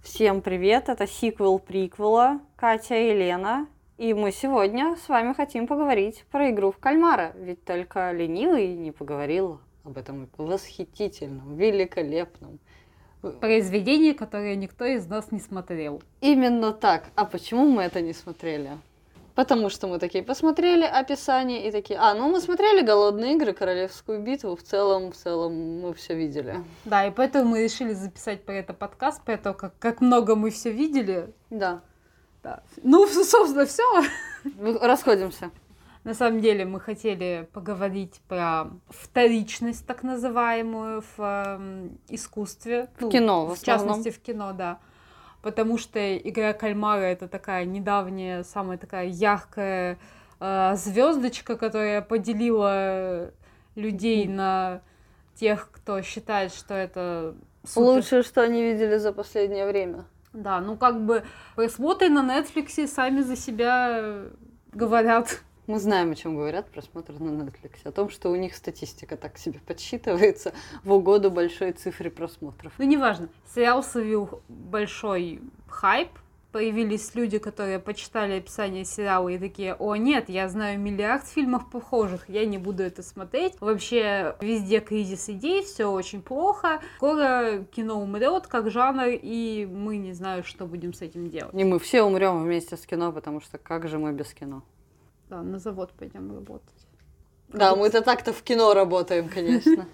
Всем привет, это сиквел приквела Катя и Лена. И мы сегодня с вами хотим поговорить про игру в кальмара. Ведь только ленивый не поговорил об этом восхитительном, великолепном произведение, которое никто из нас не смотрел. Именно так. А почему мы это не смотрели? Потому что мы такие посмотрели описание и такие, мы смотрели «Голодные игры», «Королевскую битву», в целом мы все видели. Да, и поэтому мы решили записать про это подкаст, про то, как много мы все видели. Да. Ну, собственно, все. Расходимся. На самом деле мы хотели поговорить про вторичность, так называемую, в искусстве. В кино, в частности, в кино, да. Потому что «Игра кальмара» — это такая недавняя, самая такая яркая звездочка, которая поделила людей на тех, кто считает, что это супер. Лучшее, что они видели за последнее время. Да, просмотры на Netflix сами за себя говорят. Мы знаем, о чем говорят просмотры на Netflix. О том, что у них статистика так себе подсчитывается в угоду большой цифре просмотров. Ну, неважно. Сериал словил большой хайп. Появились люди, которые почитали описание сериала и такие: о нет, я знаю миллиард фильмов похожих, я не буду это смотреть. Вообще везде кризис идей, все очень плохо. Скоро кино умрет как жанр, и мы не знаем, что будем с этим делать. И мы все умрем вместе с кино, потому что как же мы без кино? Да, на завод пойдем работать. Да, мы-то так-то в кино работаем, конечно.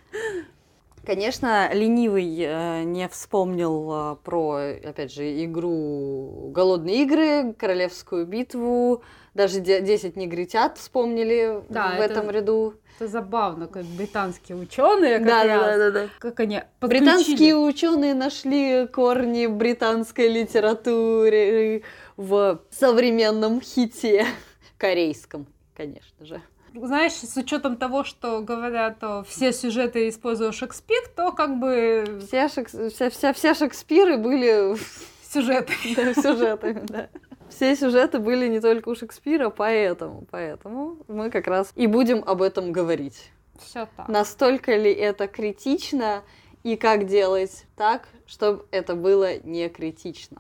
Конечно, ленивый не вспомнил про, опять же, игру «Голодные игры», «Королевскую битву», даже «10 негритят» вспомнили в этом ряду. Это забавно, как британские ученые, как они подключили. Британские ученые нашли корни британской литературы в современном хите. Корейском, конечно же. Знаешь, с учетом того, что говорят, все сюжеты использовал Шекспир, то как бы... Все Шекспиры были... Сюжетами. Да, сюжетами, да. Все сюжеты были не только у Шекспира, поэтому мы как раз и будем об этом говорить. Всё так. Настолько ли это критично и как делать так, чтобы это было не критично.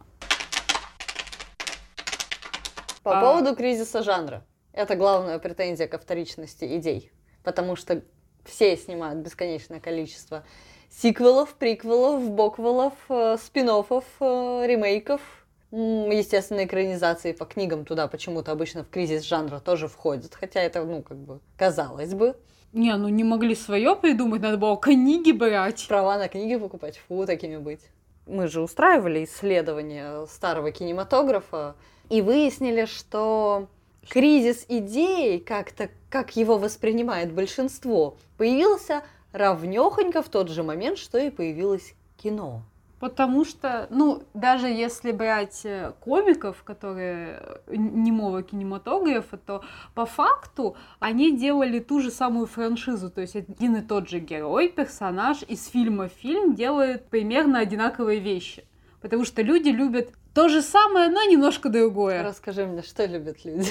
По поводу кризиса жанра. Это главная претензия ко вторичности идей. Потому что все снимают бесконечное количество сиквелов, приквелов, боквелов, спин-оффов, ремейков. Естественно, экранизации по книгам туда почему-то обычно в кризис жанра тоже входят. Хотя это, казалось бы. Не могли свое придумать, надо было книги брать. Права на книги покупать, такими быть. Мы же устраивали исследование старого кинематографа, и выяснили, что кризис идей, как его воспринимает большинство, появился равнёхонько в тот же момент, что и появилось кино. Потому что, даже если брать комиков, которые немого кинематографа, то по факту они делали ту же самую франшизу. То есть один и тот же герой, персонаж из фильма в фильм делает примерно одинаковые вещи. Потому что люди любят то же самое, но немножко другое. Расскажи мне, что любят люди?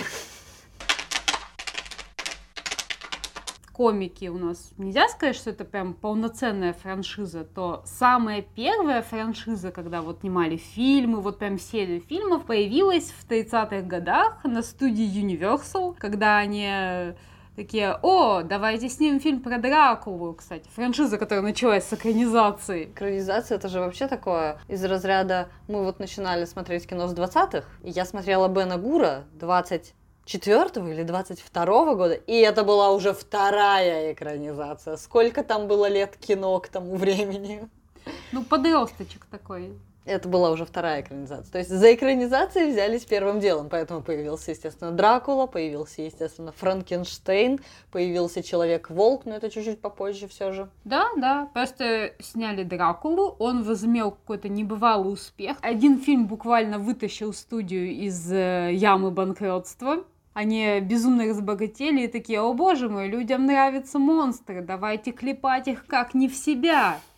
Комики у нас нельзя сказать, что это прям полноценная франшиза, то самая первая франшиза, когда снимали фильмы, прям серию фильмов, появилась в 30-х годах на студии Universal, когда они такие: давайте снимем фильм про Дракулу, кстати. Франшиза, которая началась с экранизации. Экранизация — это же вообще такое из разряда... Мы начинали смотреть кино с 20-х, и я смотрела Бена Гура 24-го или 22-го года, и это была уже вторая экранизация. Сколько там было лет кино к тому времени? Подросточек такой. Это была уже вторая экранизация. То есть за экранизацией взялись первым делом. Поэтому появился, естественно, Дракула, появился, естественно, Франкенштейн, появился Человек-волк, но это чуть-чуть попозже все же. Да, просто сняли Дракулу, он возымел какой-то небывалый успех. Один фильм буквально вытащил студию из ямы банкротства. Они безумно разбогатели и такие: о боже мой, людям нравятся монстры, давайте клепать их как не в себя.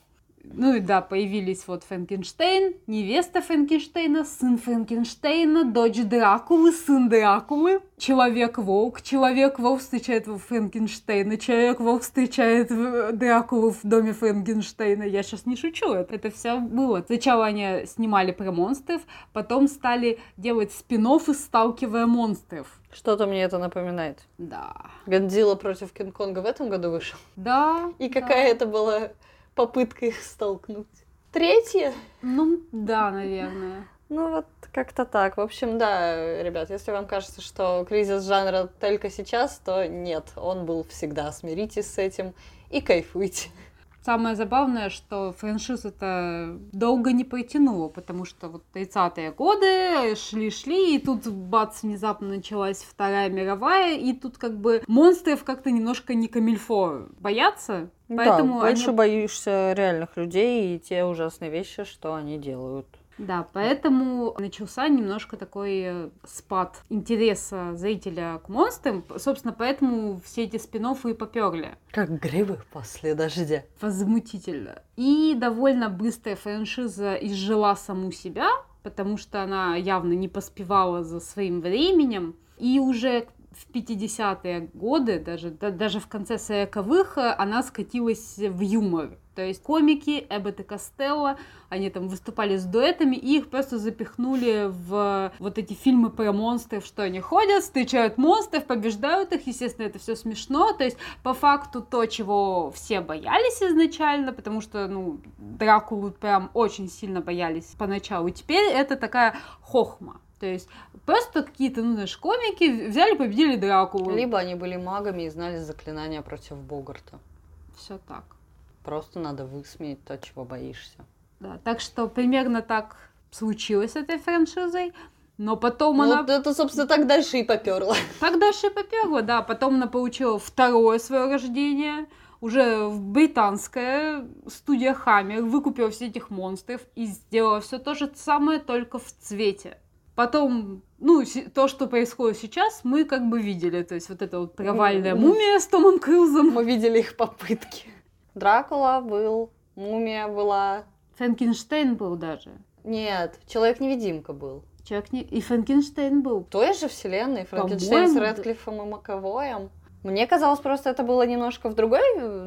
Ну и да, появились вот Франкенштейн, невеста Франкенштейна, сын Франкенштейна, дочь Дракулы, сын Дракулы, Человек-волк. Человек-волк встречает Франкенштейна, Человек-волк встречает Дракулу в доме Франкенштейна. Я сейчас не шучу, это все было. Сначала они снимали про монстров, потом стали делать спин-оффы, сталкивая монстров. Что-то мне это напоминает. Да. Годзилла против Кинг-Конга в этом году вышел. Да. И какая это была попытка их столкнуть? Третья? Ну, да, наверное. Ну, вот как-то так. В общем, да, ребят, если вам кажется, что кризис жанра только сейчас, то нет, он был всегда. Смиритесь с этим и кайфуйте. Самое забавное, что франшиза-то долго не протянула, потому что вот 30-е годы шли-шли, и тут бац, внезапно началась Вторая мировая, и тут как бы монстров как-то немножко не камильфо боятся. Поэтому да, больше боишься реальных людей и те ужасные вещи, что они делают. Да, поэтому начался немножко такой спад интереса зрителя к монстрам. Собственно, поэтому все эти спин-оффы и попёрли. Как грибы после дождя. Возмутительно. И довольно быстрая франшиза изжила саму себя, потому что она явно не поспевала за своим временем. И уже в 50-е годы, даже в конце 40-х, она скатилась в юмор. То есть комики, Эббот и Костелло, они там выступали с дуэтами, и их просто запихнули в вот эти фильмы про монстров, что они ходят, встречают монстров, побеждают их, естественно, это все смешно. То есть, по факту, то, чего все боялись изначально, потому что, Дракулу прям очень сильно боялись поначалу, и теперь это такая хохма. То есть просто какие-то, комики взяли, победили Дракулу. Либо они были магами и знали заклинания против Богарта. Все так. Просто надо высмеять то, чего боишься. Да, так что примерно так случилось с этой франшизой. Но потом она... это, собственно, так дальше и попёрло. Так дальше и попёрло, да. Потом она получила второе свое рождение. Уже британская студия Hammer выкупила все этих монстров и сделала все то же самое, только в цвете. Потом, то, что происходит сейчас, мы как бы видели. То есть вот эта вот провальная мумия с Томом Крузом. Мы видели их попытки. Дракула был, мумия была. Франкенштейн был даже. Нет, Человек-невидимка был. И Франкенштейн был. В той же вселенной, Франкенштейн с Рэдклиффом и Маковоем. Мне казалось, просто это было немножко в другой,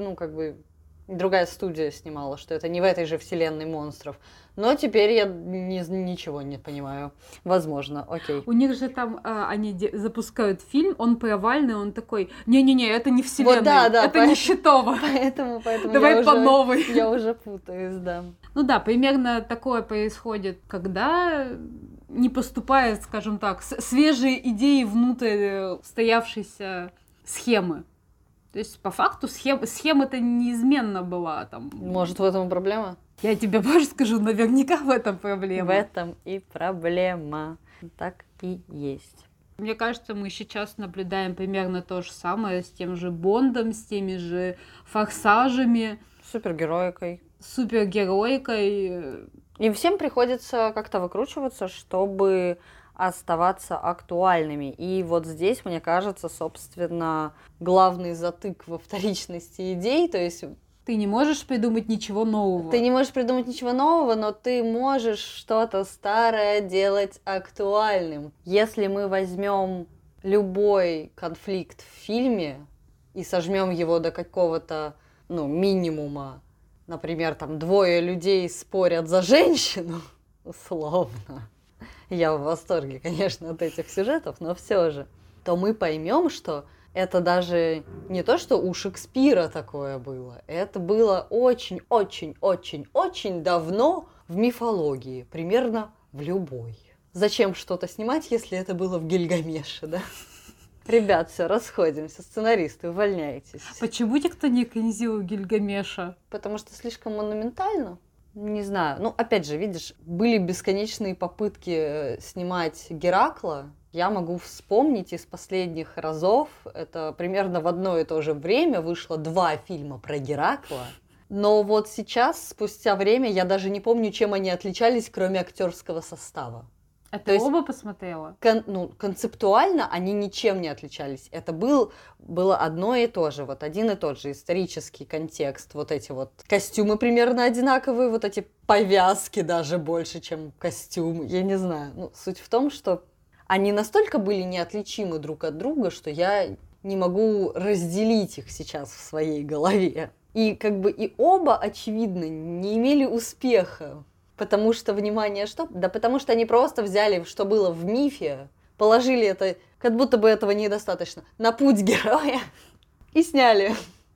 другая студия снимала, что это не в этой же вселенной монстров. Но теперь я ничего не понимаю. Возможно, окей. У них же там они запускают фильм, он провальный, он такой, не-не-не, это не вселенная, вот, да, это не Щитово. Поэтому давай по новой. Я уже путаюсь, да. Ну да, примерно такое происходит, когда не поступают, скажем так, свежие идеи внутрь стоявшейся схемы. То есть, по факту, схема-то неизменно была там. Может, в этом и проблема? Я тебе больше скажу, наверняка в этом проблема. В этом и проблема. Так и есть. Мне кажется, мы сейчас наблюдаем примерно то же самое с тем же Бондом, с теми же Форсажами. Супергероикой. Им всем приходится как-то выкручиваться, чтобы оставаться актуальными. И вот здесь, мне кажется, собственно, главный затык во вторичности идей. То есть ты не можешь придумать ничего нового. Ты не можешь придумать ничего нового, но ты можешь что-то старое делать актуальным. Если мы возьмем любой конфликт в фильме и сожмем его до какого-то, минимума, например, там двое людей спорят за женщину, условно. Я в восторге, конечно, от этих сюжетов, но все же, то мы поймем, что это даже не то, что у Шекспира такое было. Это было очень-очень-очень-очень давно в мифологии, примерно в любой. Зачем что-то снимать, если это было в Гильгамеше, да? Ребят, все, расходимся, сценаристы, увольняйтесь. Почему никто не экранизировал Гильгамеша? Потому что слишком монументально. Не знаю. Опять же, видишь, были бесконечные попытки снимать Геракла. Я могу вспомнить из последних разов, это примерно в одно и то же время вышло 2 фильма про Геракла. Но вот сейчас, спустя время, я даже не помню, чем они отличались, кроме актерского состава. А ты оба посмотрела? Концептуально они ничем не отличались. Это было одно и то же, вот один и тот же исторический контекст. Вот эти вот костюмы примерно одинаковые, вот эти повязки даже больше, чем костюмы. Я не знаю. Суть в том, что они настолько были неотличимы друг от друга, что я не могу разделить их сейчас в своей голове. И и оба, очевидно, не имели успеха. Потому что, внимание, что? Да потому что они просто взяли, что было в мифе, положили это, как будто бы этого недостаточно, на путь героя и сняли.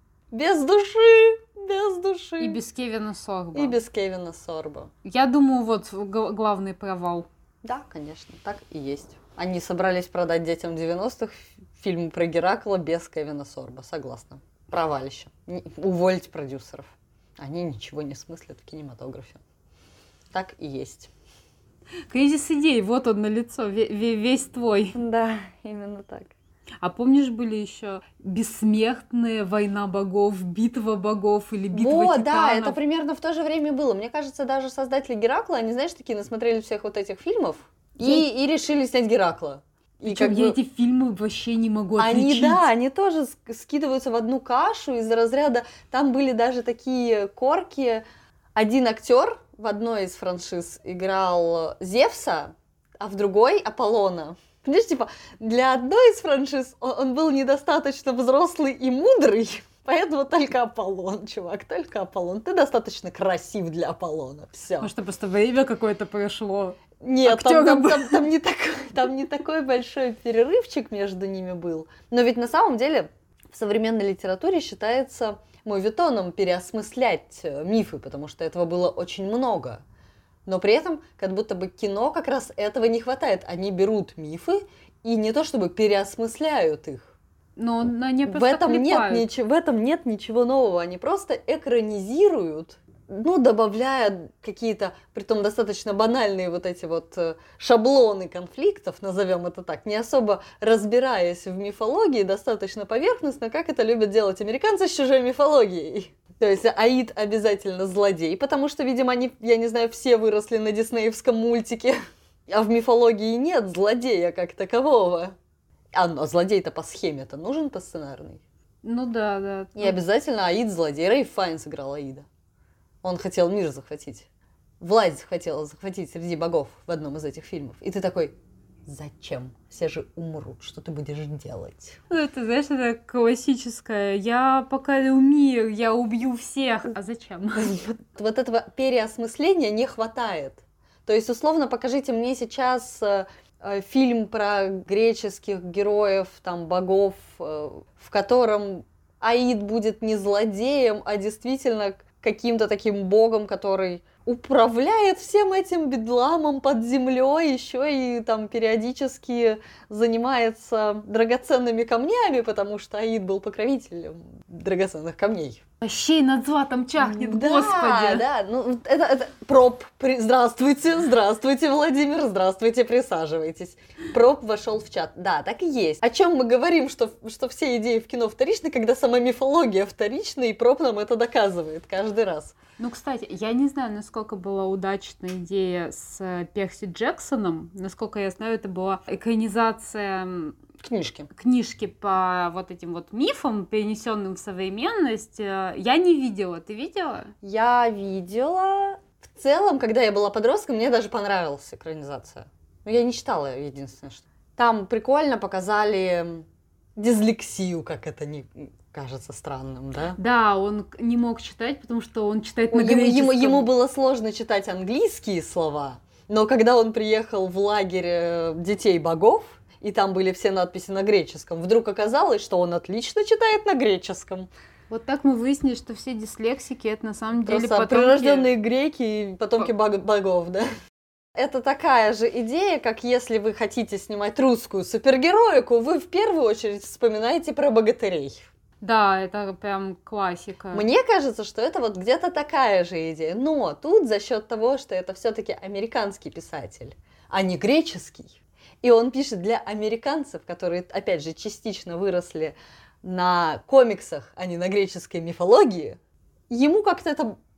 Без души, без души. И без Кевина Сорба. И без Кевина Сорба. Я думаю, вот главный провал. Да, конечно, так и есть. Они собрались продать детям 90-х фильм про Геракла без Кевина Сорба, согласна. Провалище. Уволить продюсеров. Они ничего не смыслят в кинематографе. Так и есть. Кризис идей, вот он налицо, весь твой. Да, именно так. А помнишь, были еще «Бессмертные», «Война богов», «Битва богов» или «Битва титанов»? Да, это примерно в то же время было. Мне кажется, даже создатели Геракла, они, знаешь, такие насмотрели всех вот этих фильмов и решили снять Геракла. Причем я эти фильмы вообще не могу отличить. Они тоже скидываются в одну кашу из разряда. Там были даже такие корки. Один актер в одной из франшиз играл Зевса, а в другой Аполлона. Понимаешь, для одной из франшиз он был недостаточно взрослый и мудрый, поэтому только Аполлон, чувак, только Аполлон. Ты достаточно красив для Аполлона, все. Может, просто время какое-то прошло? Нет, там не такой большой перерывчик между ними был. Но ведь на самом деле в современной литературе считается моветоном переосмыслять мифы, потому что этого было очень много. Но при этом, как будто бы кино как раз этого не хватает. Они берут мифы и не то чтобы переосмысляют их. Но они просто в этом нет ничего нового. Они просто экранизируют, добавляя какие-то, притом достаточно банальные вот эти вот шаблоны конфликтов, назовем это так, не особо разбираясь в мифологии, достаточно поверхностно, как это любят делать американцы с чужой мифологией. То есть Аид обязательно злодей, потому что, видимо, они, я не знаю, все выросли на диснеевском мультике, а в мифологии нет злодея как такового. А злодей-то по схеме-то нужен, по сценарной? Ну да. И обязательно Аид злодей. Рэйф Файнс играл Аида. Он хотел мир захватить. Власть хотела захватить среди богов в одном из этих фильмов. И ты такой, зачем? Все же умрут. Что ты будешь делать? Это, знаешь, это классическое. Я покорю мир, я убью всех. А зачем? Вот этого переосмысления не хватает. То есть, условно, покажите мне сейчас фильм про греческих героев, там, богов, в котором Аид будет не злодеем, а действительно каким-то таким богом, который управляет всем этим бедламом под землей, еще и там периодически занимается драгоценными камнями, потому что Аид был покровителем драгоценных камней. Щей над златом чахнет, господи! Да, это проб. Здравствуйте, Владимир, здравствуйте, присаживайтесь. Проб вошел в чат. Да, так и есть. О чем мы говорим, что все идеи в кино вторичны, когда сама мифология вторична, и проб нам это доказывает каждый раз. Кстати, я не знаю, насколько была удачная идея с Перси Джексоном. Насколько я знаю, это была экранизация книжки по вот этим вот мифам, перенесенным в современность. Я не видела. Ты видела? Я видела. В целом, когда я была подростком, мне даже понравилась экранизация. Но я не читала, единственное, что... Там прикольно показали дислексию, как это не... кажется странным, да? Да, он не мог читать, потому что он читает на греческом. Ему было сложно читать английские слова, но когда он приехал в лагерь детей богов, и там были все надписи на греческом, вдруг оказалось, что он отлично читает на греческом. Вот так мы выяснили, что все дислексики — это на самом деле потомки... прирожденные греки и потомки богов, да? Это такая же идея, как если вы хотите снимать русскую супергероику, вы в первую очередь вспоминаете про богатырей. Да, это прям классика. Мне кажется, что это вот где-то такая же идея. Но тут за счет того, что это все-таки американский писатель, а не греческий, и он пишет для американцев, которые, опять же, частично выросли на комиксах, а не на греческой мифологии, ему как-то это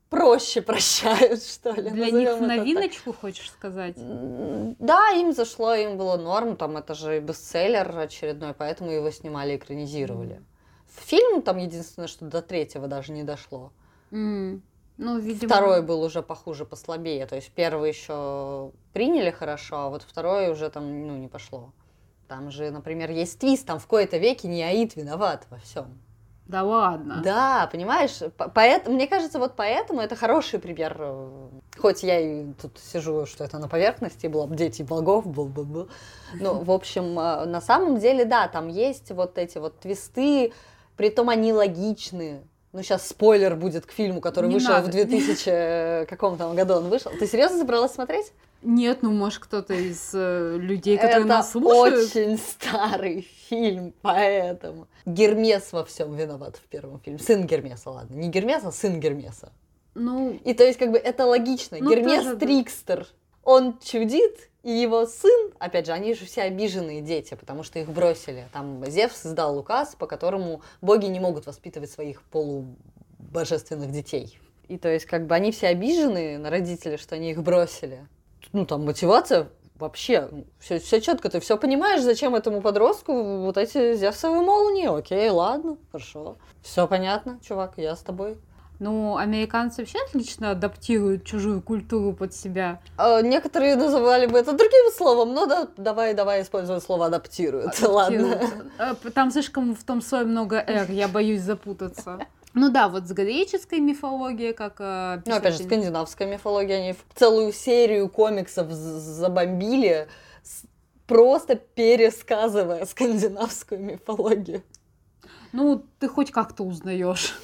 проще прощают, что ли. Для них в новиночку, хочешь сказать? Да, им зашло, им было норм, там это же бестселлер очередной, поэтому его снимали, экранизировали. Фильм там единственное, что до 3-го даже не дошло. Ну, видимо... 2-й был уже похуже, послабее, то есть 1-й еще приняли хорошо, а вот 2-й уже там, ну, не пошло. Там же, например, есть твист, там в кои-то веки не Аид виноват во всем. Да ладно. Да, понимаешь, мне кажется, вот поэтому это хороший пример. Хоть я и тут сижу, что это на поверхности, было бы дети богов, был. Ну, в общем, на самом деле, да, там есть вот эти вот твисты, притом они логичны. Ну, сейчас спойлер будет к фильму, который вышел в 2000 каком там году он вышел. Ты серьезно собралась смотреть? Нет, ну, может, кто-то из людей, которые нас слушают. Это очень старый фильм, поэтому. Гермес во всем виноват в первом фильме. Сын Гермеса, ладно. Не Гермес, а сын Гермеса. Ну... И то есть, как бы, это логично. Ну, Гермес тоже, трикстер. Да. Он чудит, и его сын, опять же, они же все обиженные дети, потому что их бросили. Там Зевс издал указ, по которому боги не могут воспитывать своих полубожественных детей. И то есть, как бы, они все обижены на родителей, что они их бросили. Ну, там, мотивация вообще, все четко, ты все понимаешь, зачем этому подростку вот эти Зевсовые молнии. Окей, ладно, хорошо. Все понятно, чувак, я с тобой. Ну, американцы вообще отлично адаптируют чужую культуру под себя. Некоторые называли бы это другим словом, но да, давай использовать слово адаптируют. Ладно. Там слишком в том слое много «р», я боюсь запутаться. Ну да, вот с греческой мифологией, как... Ну, опять же, скандинавская мифология, они целую серию комиксов забомбили, просто пересказывая скандинавскую мифологию. Ну, ты хоть как-то узнаешь.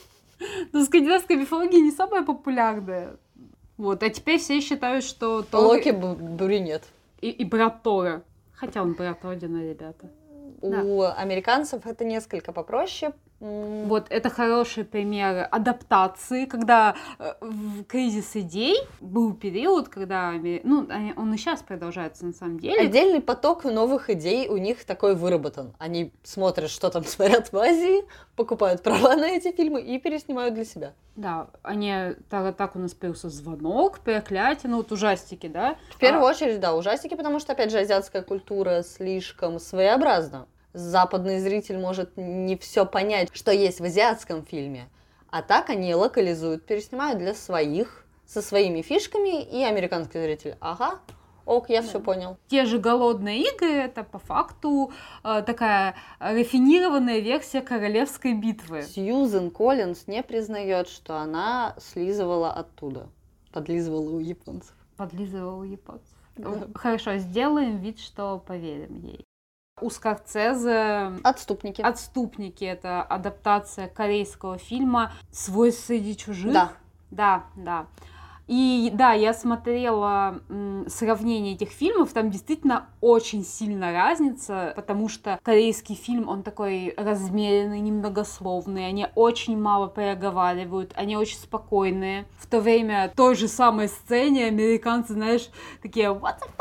Но скандинавская мифология не самая популярная. Вот, а теперь все считают, что... Локи брюнет. И брат Тора. Хотя он брат Одина, ребята. У американцев это несколько попроще. Вот, это хороший пример адаптации, когда в кризис идей был период, когда, ну, он и сейчас продолжается на самом деле. Отдельный поток новых идей у них такой выработан. Они смотрят, что там смотрят в Азии, покупают права на эти фильмы и переснимают для себя. Да, они, так у нас появился «Звонок», «Проклятие», ну вот ужастики, да? В первую очередь, да, ужастики, потому что, опять же, азиатская культура слишком своеобразна. Западный зритель может не все понять, что есть в азиатском фильме. А так они локализуют, переснимают для своих, со своими фишками, и американский зритель, ага, ок, я все понял. Те же «Голодные игры» — это по факту такая рафинированная версия «Королевской битвы». Сьюзен Коллинз не признает, что она слизывала оттуда, подлизывала у японцев. Подлизывала у японцев. Хорошо, сделаем вид, что поверим ей. У Скорсезе «Отступники». «Отступники» — это адаптация корейского фильма «Свой среди чужих». Да. Да. И да, я смотрела сравнение этих фильмов, там действительно очень сильно разница, потому что корейский фильм, он такой размеренный, немногословный, они очень мало проговаривают, они очень спокойные. В то время в той же самой сцене американцы, знаешь, такие what the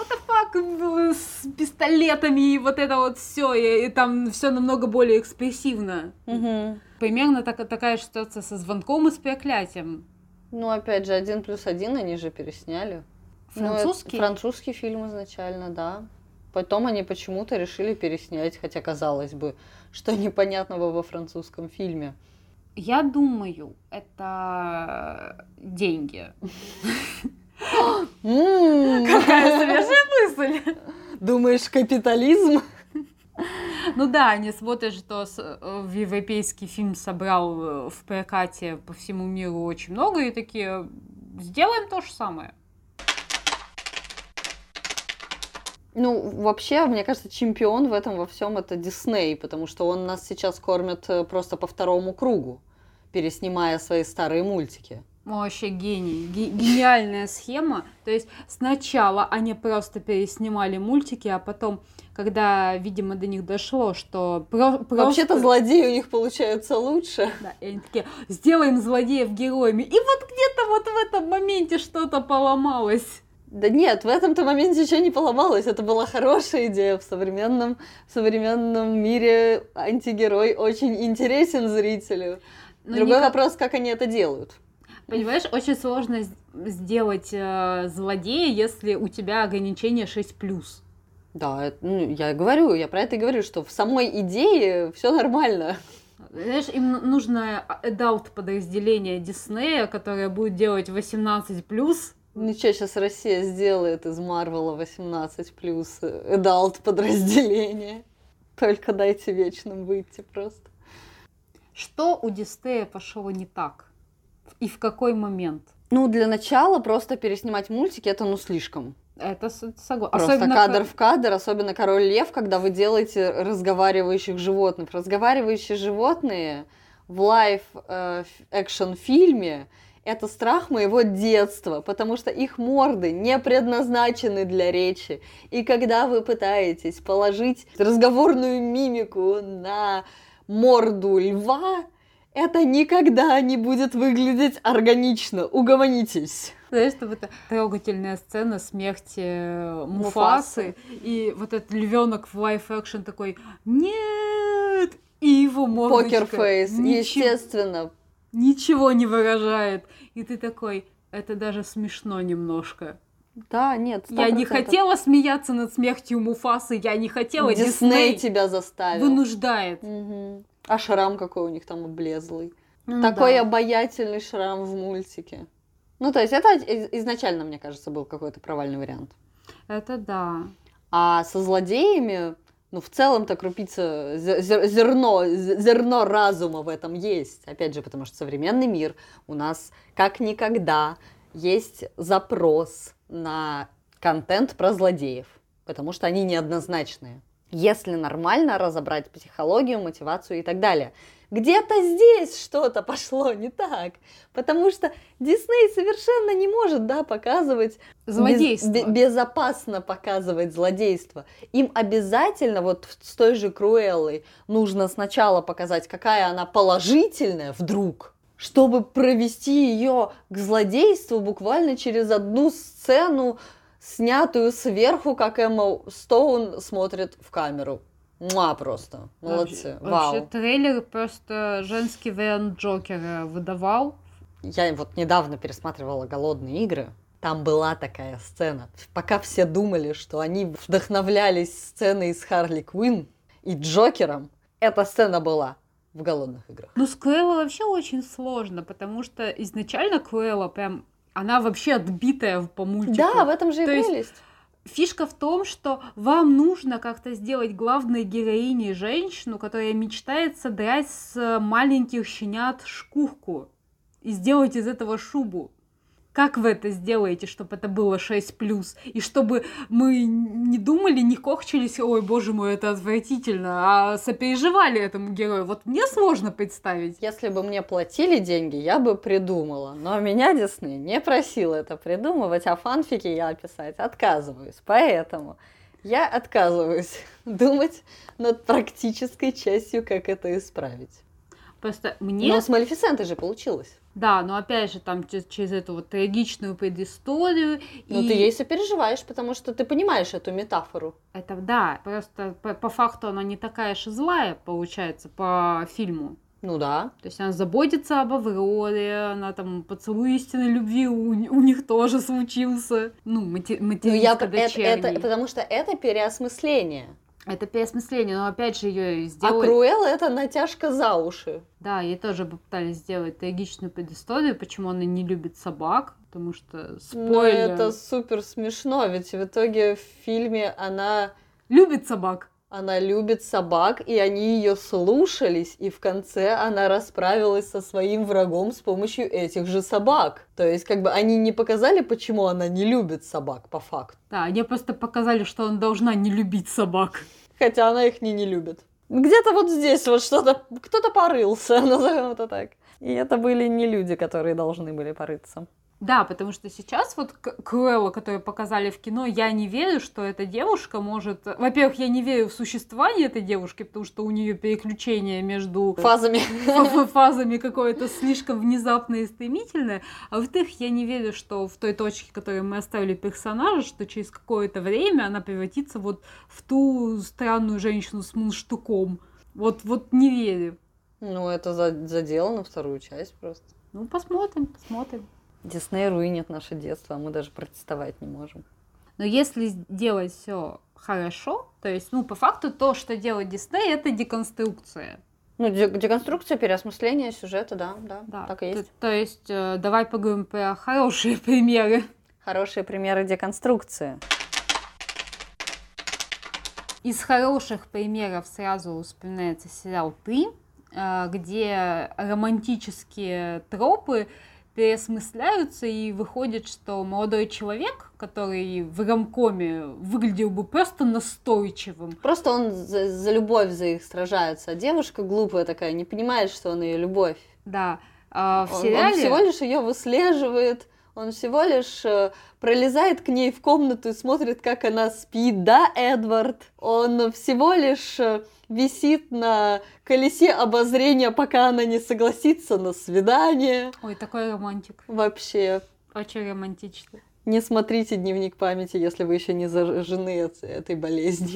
fuck, с пистолетами и вот это вот все, и там все намного более экспрессивно. Угу. Примерно такая же ситуация со «Звонком» и с «Проклятием». Ну, опять же, 1+1 они же пересняли. Французский? Французский фильм изначально, да. Потом они почему-то решили переснять, хотя, казалось бы, что непонятного во французском фильме. Я думаю, это деньги. Какая свежая мысль! Думаешь, капитализм? Ну да, они смотрят, что европейский фильм собрал в прокате по всему миру очень много, и такие, сделаем то же самое. Ну, вообще, мне кажется, чемпион в этом во всем это Дисней, потому что он нас сейчас кормит просто по второму кругу, переснимая свои старые мультики. Вообще гений. Гениальная схема. То есть сначала они просто переснимали мультики, а потом, когда, видимо, до них дошло, что просто... Вообще-то злодеи у них получаются лучше. Да, и они такие, сделаем злодеев героями. И вот где-то вот в этом моменте что-то поломалось. Да нет, в этом-то моменте ничего не поломалось. Это была хорошая идея. В современном мире антигерой очень интересен зрителю. Другой вопрос, как они это делают. Понимаешь, очень сложно сделать злодея, если у тебя ограничение 6+. Да, я говорю, я про это и говорю, что в самой идее все нормально. Знаешь, им нужно adult подразделение Диснея, которое будет делать 18+. Ничего, сейчас Россия сделает из Марвела 18+, adult подразделение. Только дайте Вечным выйти просто. Что у Диснея пошло не так? И в какой момент? Ну, для начала просто переснимать мультики, это слишком. Это согласна. Просто особенно кадр в кадр, особенно «Король лев», когда вы делаете разговаривающих животных. Разговаривающие животные в лайв-экшн-фильме – это страх моего детства, потому что их морды не предназначены для речи. И когда вы пытаетесь положить разговорную мимику на морду льва, это никогда не будет выглядеть органично. Угомонитесь. Знаешь, что это трогательная сцена смерти Муфасы, и вот этот львенок в лайф-экшн такой «Нет!» И его мордочка покер-фейс, естественно. Ничего не выражает. И ты такой, это даже смешно немножко. Да, нет, 100%. Я не хотела смеяться над смертью Муфасы, я не хотела. Дисней тебя заставил. Вынуждает. Угу. А шрам какой у них там облезлый. Такой обаятельный шрам в мультике. Ну, то есть это изначально, мне кажется, был какой-то провальный вариант. Это да. А со злодеями, в целом-то крупица, зерно разума в этом есть. Опять же, потому что современный мир у нас как никогда есть запрос на контент про злодеев, потому что они неоднозначные. Если нормально разобрать психологию, мотивацию и так далее. Где-то здесь что-то пошло не так, потому что Дисней совершенно не может, показывать злодейство. Безопасно показывать злодейство. Им обязательно, вот с той же Круэллой, нужно сначала показать, какая она положительная вдруг, чтобы провести ее к злодейству буквально через одну сцену, снятую сверху, как Эмма Стоун смотрит в камеру. Просто. Молодцы. Вообще, трейлер просто женский вариант Джокера выдавал. Я вот недавно пересматривала «Голодные игры». Там была такая сцена. Пока все думали, что они вдохновлялись сценой с Харли Квинн и Джокером, эта сцена была в «Голодных играх». С Круэллой вообще очень сложно, потому что изначально Круэлла прям, она вообще отбитая по мультику. Да, в этом же и прелесть. Фишка в том, что вам нужно как-то сделать главной героиней женщину, которая мечтает содрать с маленьких щенят шкурку и сделать из этого шубу. Как вы это сделаете, чтобы это было 6+, и чтобы мы не думали, не кохчились, ой, боже мой, это отвратительно, а сопереживали этому герою? Вот мне сложно представить. Если бы мне платили деньги, я бы придумала. Но меня Дисней не просил это придумывать, а фанфики я писать отказываюсь. Поэтому я отказываюсь думать над практической частью, как это исправить. Просто мне... Но с Малефисентой же получилось. Да, но опять же, там через эту вот трагичную предысторию. Но ты ей сопереживаешь, потому что ты понимаешь эту метафору. Это да, просто по факту она не такая же злая, получается, по фильму. Ну да. То есть она заботится об Авроре, она там поцелуй истинной любви у них тоже случился. Материнско дочерний. Это потому что это переосмысление. Это переосмысление, но опять же ее сделали... А Круэлла это натяжка за уши. Да, ей тоже попытались сделать трагичную предысторию, почему она не любит собак, потому что спойлер... Ну это супер смешно, ведь в итоге в фильме она... Любит собак. Она любит собак, и они ее слушались, и в конце она расправилась со своим врагом с помощью этих же собак. То есть, они не показали, почему она не любит собак, по факту. Да, они просто показали, что она должна не любить собак. Хотя она их не любит. Где-то вот здесь вот что-то, кто-то порылся, назовем это так. И это были не люди, которые должны были порыться. Да, потому что сейчас вот Круэлла, которую показали в кино, я не верю, что эта девушка может... Во-первых, я не верю в существование этой девушки, потому что у нее переключение между... Фазами какое-то слишком внезапное и стремительное. А во-вторых, я не верю, что в той точке, которой мы оставили персонажа, что через какое-то время она превратится вот в ту странную женщину с мундштуком. Вот не верю. Ну, это заделано вторую часть просто. Ну, посмотрим. Дисней руинит наше детство, а мы даже протестовать не можем. Но если делать все хорошо, то есть, по факту то, что делает Дисней, это деконструкция. Деконструкция, переосмысление сюжета, да, так и есть. То есть, давай поговорим про хорошие примеры. Хорошие примеры деконструкции. Из хороших примеров сразу вспоминается сериал «Ты», где романтические тропы переосмысляются, и выходит, что молодой человек, который в ромкоме выглядел бы просто настойчивым. Просто он за любовь за их сражается, а девушка глупая такая, не понимает, что он ее любовь. Да. В сериале... Он всего лишь ее выслеживает, он всего лишь пролезает к ней в комнату и смотрит, как она спит, да, Эдвард? Он всего лишь висит на колесе обозрения, пока она не согласится на свидание. Ой, такой романтик. Вообще. Очень романтично. Не смотрите дневник памяти, если вы еще не заражены этой болезнью.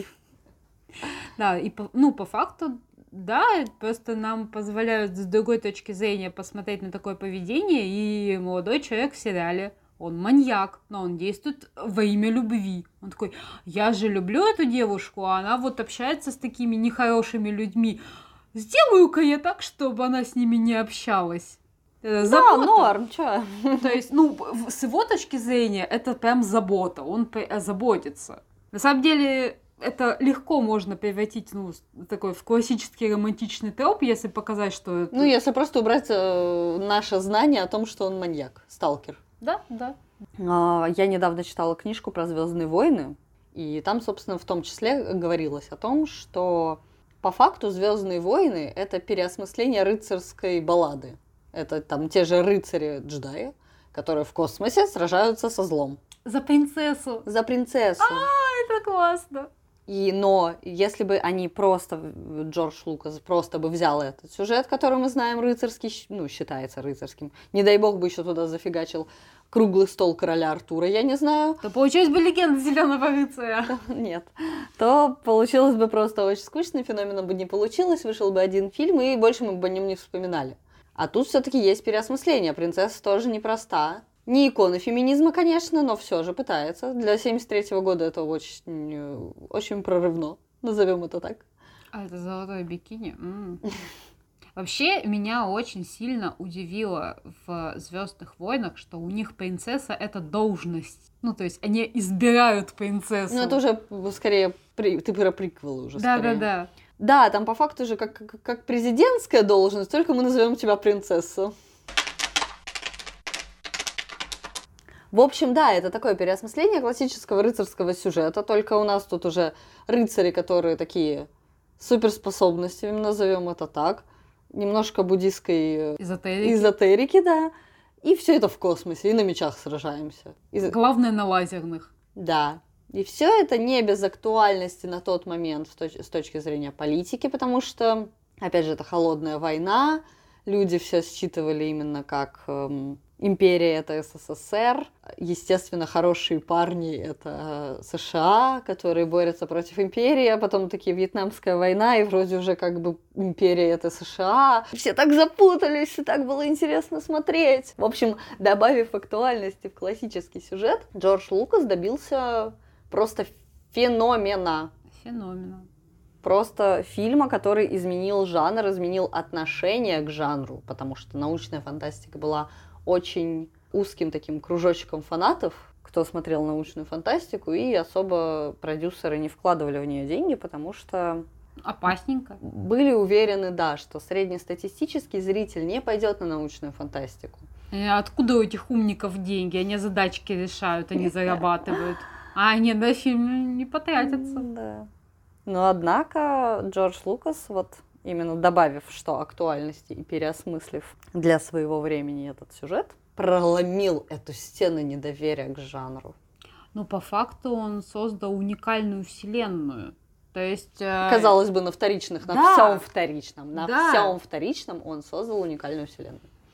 Да, и по факту, да, просто нам позволяют с другой точки зрения посмотреть на такое поведение, и молодой человек в сериале, он маньяк, но он действует во имя любви. Он такой, я же люблю эту девушку, а она вот общается с такими нехорошими людьми. Сделаю-ка я так, чтобы она с ними не общалась. Да, норм, чё? То есть, с его точки зрения, это прям забота, он заботится. На самом деле, это легко можно превратить, такой в классический романтичный троп, если показать, что это... если просто убрать наше знание о том, что он маньяк, сталкер. Да. Я недавно читала книжку про «Звездные войны», и там, собственно, в том числе говорилось о том, что по факту «Звездные войны» — это переосмысление рыцарской баллады. Это там те же рыцари-джедаи, которые в космосе сражаются со злом. За принцессу. Это классно. Но если бы они Джордж Лукас просто бы взял этот сюжет, который мы знаем рыцарский, считается рыцарским, не дай бог бы еще туда зафигачил круглый стол короля Артура, я не знаю. То получилась бы легенда Зеленого рыцаря. Нет. То получилось бы просто очень скучно, феноменом бы не получилось, вышел бы один фильм, и больше мы бы о нем не вспоминали. А тут все-таки есть переосмысление. Принцесса тоже непроста. Не икона феминизма, конечно, но все же пытается. Для 73-го года это очень, очень прорывно. Назовем это так. А это золотое бикини? Вообще, меня очень сильно удивило в «Звездных войнах», что у них принцесса — это должность. То есть они избирают принцессу. Это уже скорее... Ты про приквелы уже скорее. Да. Да, там по факту же как президентская должность, только мы назовем тебя принцессу. В общем, да, это такое переосмысление классического рыцарского сюжета, только у нас тут уже рыцари, которые такие суперспособности, назовем это так, немножко буддийской эзотерики, да, и все это в космосе, и на мечах сражаемся. Главное, на лазерных. Да. И все это не без актуальности на тот момент с точки зрения политики, потому что, опять же, это холодная война, люди все считывали именно как империя — это СССР, естественно, хорошие парни — это США, которые борются против империи, а потом такие Вьетнамская война, и вроде уже как бы империя — это США. Все так запутались, и так было интересно смотреть. В общем, добавив актуальности в классический сюжет, Джордж Лукас добился просто феномена. Просто фильма, который изменил жанр, изменил отношение к жанру, потому что научная фантастика была очень узким таким кружочком фанатов, кто смотрел научную фантастику, и особо продюсеры не вкладывали в нее деньги, потому что... Опасненько. Были уверены, да, что среднестатистический зритель не пойдет на научную фантастику. Откуда у этих умников деньги? Они задачки решают, они зарабатывают. А они на фильм не потратятся. Да. Но однако Джордж Лукас, именно добавив что актуальности и переосмыслив для своего времени этот сюжет, проломил эту стену недоверия к жанру. По факту он создал уникальную вселенную. То есть... Казалось бы, на всем вторичном он создал уникальную вселенную.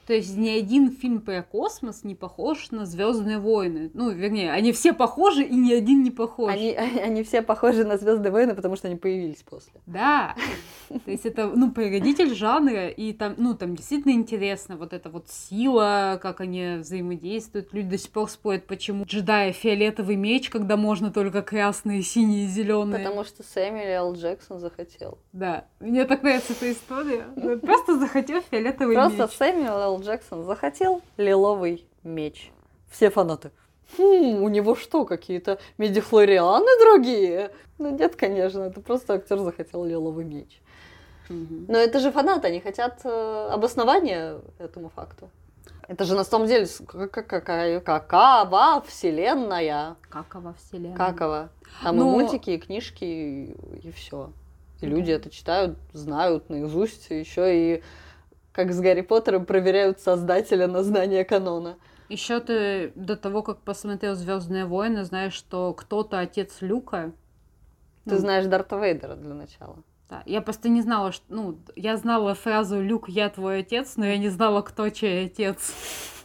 То есть ни один фильм про космос не похож на «Звездные войны». Ну, вернее, они все похожи, и ни один не похож. Они все похожи на «Звездные войны», потому что они появились после. Да. То есть это, прародитель жанра, и там действительно интересно вот эта вот сила, как они взаимодействуют. Люди до сих пор спорят, почему джедаи фиолетовый меч, когда можно только красные, синие, зеленые. Потому что Сэмюэл Л. Джексон захотел. Да. Мне так нравится эта история. Просто захотел фиолетовый меч. Просто Сэмюэл Л. Джексон захотел лиловый меч. Все фанаты. У него что, какие-то мидихлорианы другие? Ну нет, конечно, это просто актер захотел лиловый меч. Но это же фанаты, они хотят обоснования этому факту. Это же на самом деле какова вселенная. Какова вселенная. Какова. Там и мультики, и книжки, и все. И люди это читают, знают наизусть, еще и как с Гарри Поттером проверяют создателя на знание канона. Еще ты до того, как посмотрел «Звездные войны», знаешь, что кто-то отец Люка. Ты знаешь Дарта Вейдера для начала. Да, я просто не знала, что... я знала фразу «Люк, я твой отец», но я не знала, кто чей отец.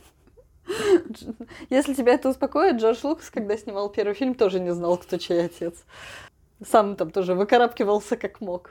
Если тебя это успокоит, Джордж Лукас, когда снимал первый фильм, тоже не знал, кто чей отец. Сам там тоже выкарабкивался как мог.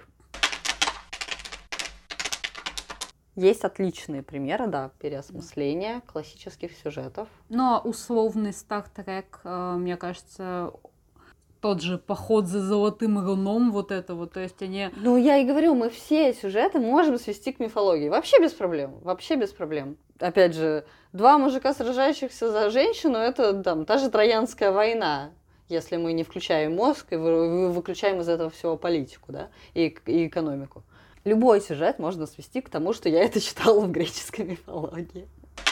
Есть отличные примеры, да, переосмысления классических сюжетов. Но условный Стартрек, мне кажется, тот же поход за золотым руном, вот это вот, то есть они... Ну, я и говорю, мы все сюжеты можем свести к мифологии. Вообще без проблем, вообще без проблем. Опять же, два мужика, сражающихся за женщину, это там та же Троянская война, если мы не включаем мозг и выключаем из этого всего политику, да, и экономику. Любой сюжет можно свести к тому, что я это читала в греческой мифологии.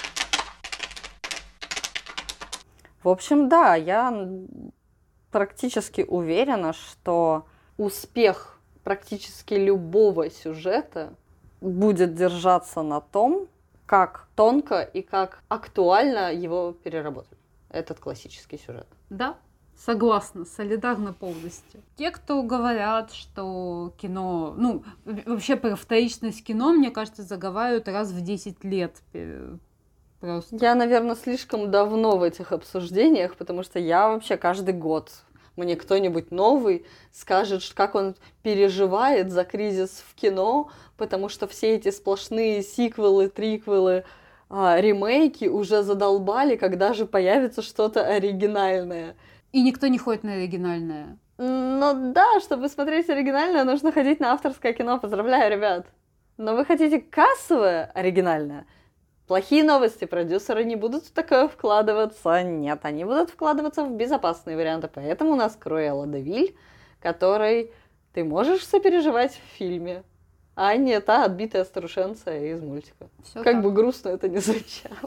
В общем, да, я практически уверена, что успех практически любого сюжета будет держаться на том, как тонко и как актуально его переработали. Этот классический сюжет. Да. Согласна, солидарна полностью. Те, кто говорят, что кино... вообще про вторичность кино, мне кажется, заговаривают раз в 10 лет. Просто. Я, наверное, слишком давно в этих обсуждениях, потому что я вообще каждый год мне кто-нибудь новый скажет, как он переживает за кризис в кино, потому что все эти сплошные сиквелы, триквелы, ремейки уже задолбали, когда же появится что-то оригинальное. И никто не ходит на оригинальное. Ну да, чтобы смотреть оригинальное, нужно ходить на авторское кино. Поздравляю, ребят. Но вы хотите кассовое оригинальное? Плохие новости, продюсеры не будут в такое вкладываться. Нет, они будут вкладываться в безопасные варианты. Поэтому у нас Круэлла де Виль, который ты можешь сопереживать в фильме, а не та отбитая старушенция из мультика. Всё как так. бы грустно это ни звучало.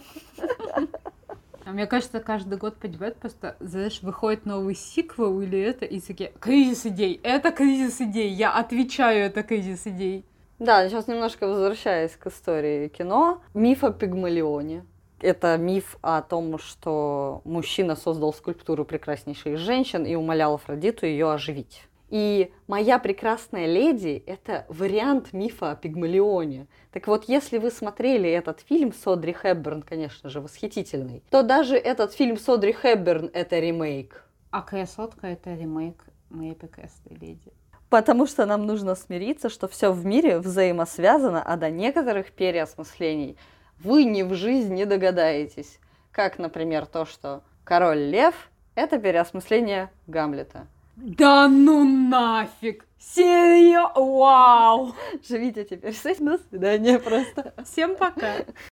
А мне кажется, каждый год подбивает, просто, знаешь, выходит новый сиквел или это, и такие, кризис идей, это кризис идей, я отвечаю, это кризис идей. Да, сейчас немножко возвращаясь к истории кино. Миф о Пигмалионе. Это миф о том, что мужчина создал скульптуру прекраснейшей из женщин и умолял Афродиту ее оживить. И «Моя прекрасная леди» — это вариант мифа о Пигмалионе. Так вот, если вы смотрели этот фильм с Одри Хепберн, конечно же, восхитительный, то даже этот фильм с Одри Хепберн — это ремейк. А «Красотка» — это ремейк «Моей прекрасной леди». Потому что нам нужно смириться, что все в мире взаимосвязано, а до некоторых переосмыслений вы ни в жизнь не догадаетесь. Как, например, то, что «Король Лев» — это переосмысление Гамлета. Да ну нафиг! Серьезно? Вау! Живите теперь с этим. До свидания просто. Всем пока!